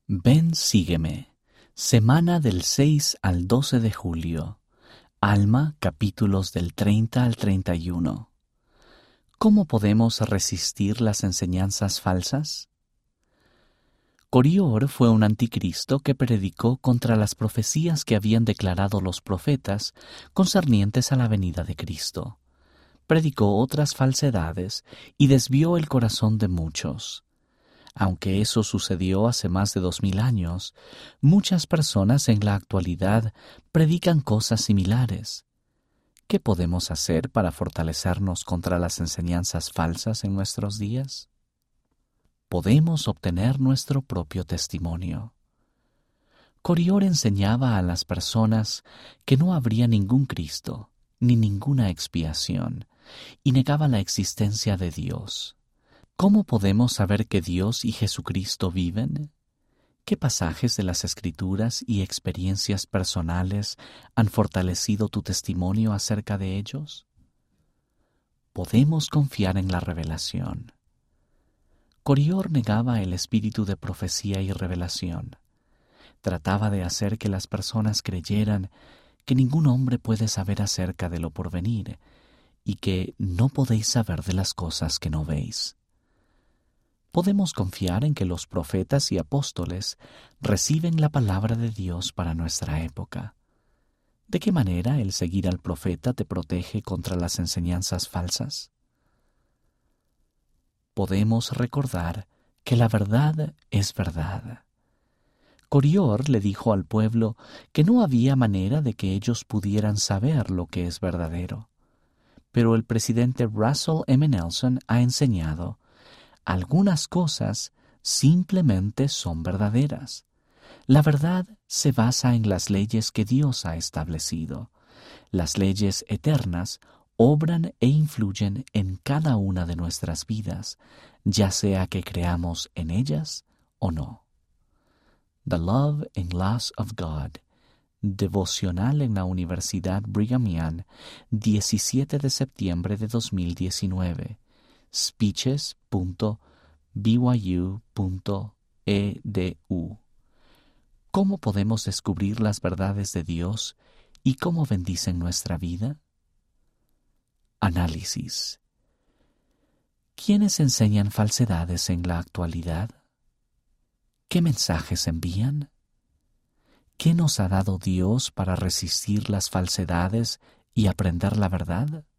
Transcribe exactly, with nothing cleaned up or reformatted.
Ven, sígueme. Semana del seis al doce de julio. Alma, capítulos del treinta al treinta y uno. ¿Cómo podemos resistir las enseñanzas falsas? Corior fue un anticristo que predicó contra las profecías que habían declarado los profetas concernientes a la venida de Cristo. Predicó otras falsedades y desvió el corazón de muchos. Aunque eso sucedió hace más de dos mil años, muchas personas en la actualidad predican cosas similares. ¿Qué podemos hacer para fortalecernos contra las enseñanzas falsas en nuestros días? Podemos obtener nuestro propio testimonio. Corior enseñaba a las personas que no habría ningún Cristo, ni ninguna expiación, y negaba la existencia de Dios. ¿Cómo podemos saber que Dios y Jesucristo viven? ¿Qué pasajes de las Escrituras y experiencias personales han fortalecido tu testimonio acerca de ellos? Podemos confiar en la revelación. Corior negaba el espíritu de profecía y revelación. Trataba de hacer que las personas creyeran que ningún hombre puede saber acerca de lo porvenir y que no podéis saber de las cosas que no veis. Podemos confiar en que los profetas y apóstoles reciben la palabra de Dios para nuestra época. ¿De qué manera el seguir al profeta te protege contra las enseñanzas falsas? Podemos recordar que la verdad es verdad. Corior le dijo al pueblo que no había manera de que ellos pudieran saber lo que es verdadero. Pero el presidente Russell M. Nelson ha enseñado: algunas cosas simplemente son verdaderas. La verdad se basa en las leyes que Dios ha establecido. Las leyes eternas obran e influyen en cada una de nuestras vidas, ya sea que creamos en ellas o no. The Love and Laws of God. Devocional en la Universidad Brigham Young, diecisiete de septiembre de dos mil diecinueve. speeches punto b y u punto e d u. ¿Cómo podemos descubrir las verdades de Dios y cómo bendicen nuestra vida? Análisis. ¿Quiénes enseñan falsedades en la actualidad? ¿Qué mensajes envían? ¿Qué nos ha dado Dios para resistir las falsedades y aprender la verdad?